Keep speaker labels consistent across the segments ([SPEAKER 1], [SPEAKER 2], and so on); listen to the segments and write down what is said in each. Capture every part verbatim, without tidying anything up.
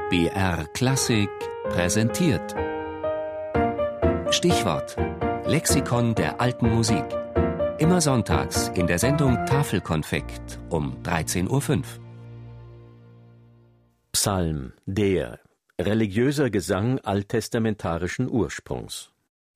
[SPEAKER 1] B R Klassik präsentiert. Stichwort: Lexikon der alten Musik. Immer sonntags in der Sendung Tafelkonfekt um dreizehn Uhr fünf.
[SPEAKER 2] Psalm, der religiöser Gesang alttestamentarischen Ursprungs.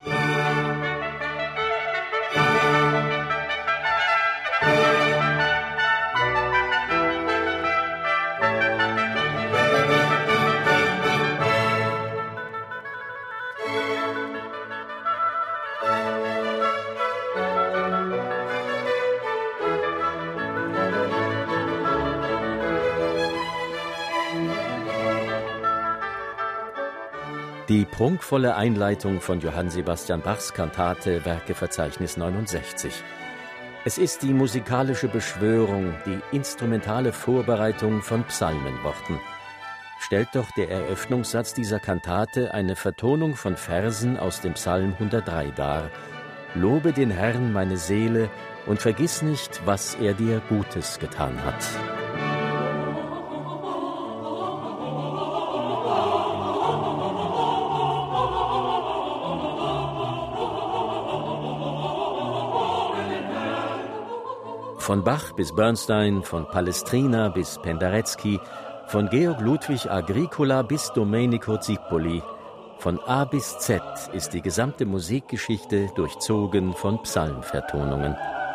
[SPEAKER 2] Die prunkvolle Einleitung von Johann Sebastian Bachs Kantate Werkeverzeichnis neunundsechzig. Es ist die musikalische Beschwörung, die instrumentale Vorbereitung von Psalmenworten. Stellt doch der Eröffnungssatz dieser Kantate eine Vertonung von Versen aus dem Psalm hundertdrei dar. Lobe den Herrn, meine Seele, und vergiss nicht, was er dir Gutes getan hat. Von Bach bis Bernstein, von Palestrina bis Penderecki, von Georg Ludwig Agricola bis Domenico Zippoli, von A bis Z ist die gesamte Musikgeschichte durchzogen von Psalmvertonungen.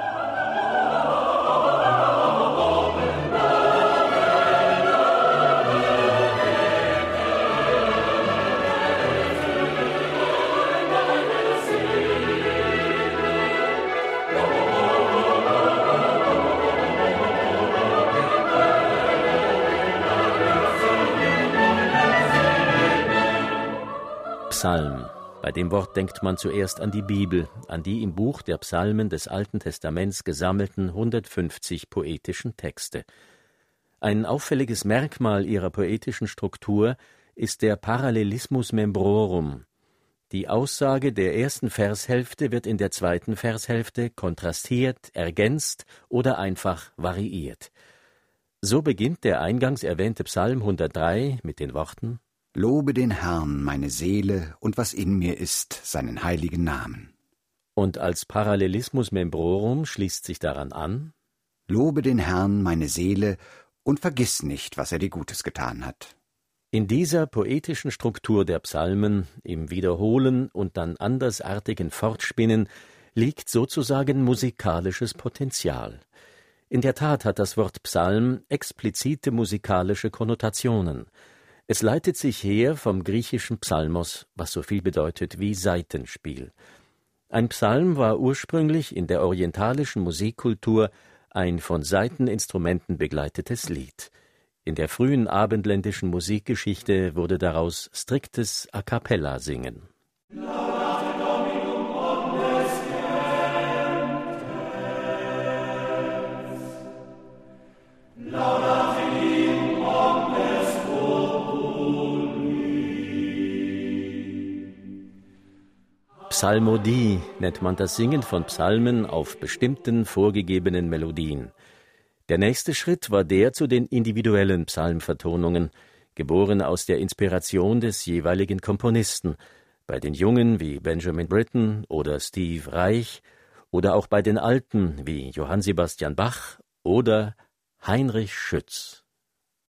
[SPEAKER 2] Psalm. Bei dem Wort denkt man zuerst an die Bibel, an die im Buch der Psalmen des Alten Testaments gesammelten hundertfünfzig poetischen Texte. Ein auffälliges Merkmal ihrer poetischen Struktur ist der Parallelismus membrorum. Die Aussage der ersten Vershälfte wird in der zweiten Vershälfte kontrastiert, ergänzt oder einfach variiert. So beginnt der eingangs erwähnte Psalm hundertdrei mit den Worten:
[SPEAKER 3] Lobe den Herrn, meine Seele, und was in mir ist, seinen heiligen Namen.
[SPEAKER 2] Und als Parallelismus membrorum schließt sich daran an:
[SPEAKER 3] Lobe den Herrn, meine Seele, und vergiss nicht, was er dir Gutes getan hat.
[SPEAKER 2] In dieser poetischen Struktur der Psalmen, im Wiederholen und dann andersartigen Fortspinnen, liegt sozusagen musikalisches Potenzial. In der Tat hat das Wort Psalm explizite musikalische Konnotationen. Es leitet sich her vom griechischen Psalmos, was so viel bedeutet wie Saitenspiel. Ein Psalm war ursprünglich in der orientalischen Musikkultur ein von Saiteninstrumenten begleitetes Lied. In der frühen abendländischen Musikgeschichte wurde daraus striktes A cappella Singen. Psalmodie nennt man das Singen von Psalmen auf bestimmten vorgegebenen Melodien. Der nächste Schritt war der zu den individuellen Psalmvertonungen, geboren aus der Inspiration des jeweiligen Komponisten, bei den Jungen wie Benjamin Britten oder Steve Reich oder auch bei den Alten wie Johann Sebastian Bach oder Heinrich Schütz.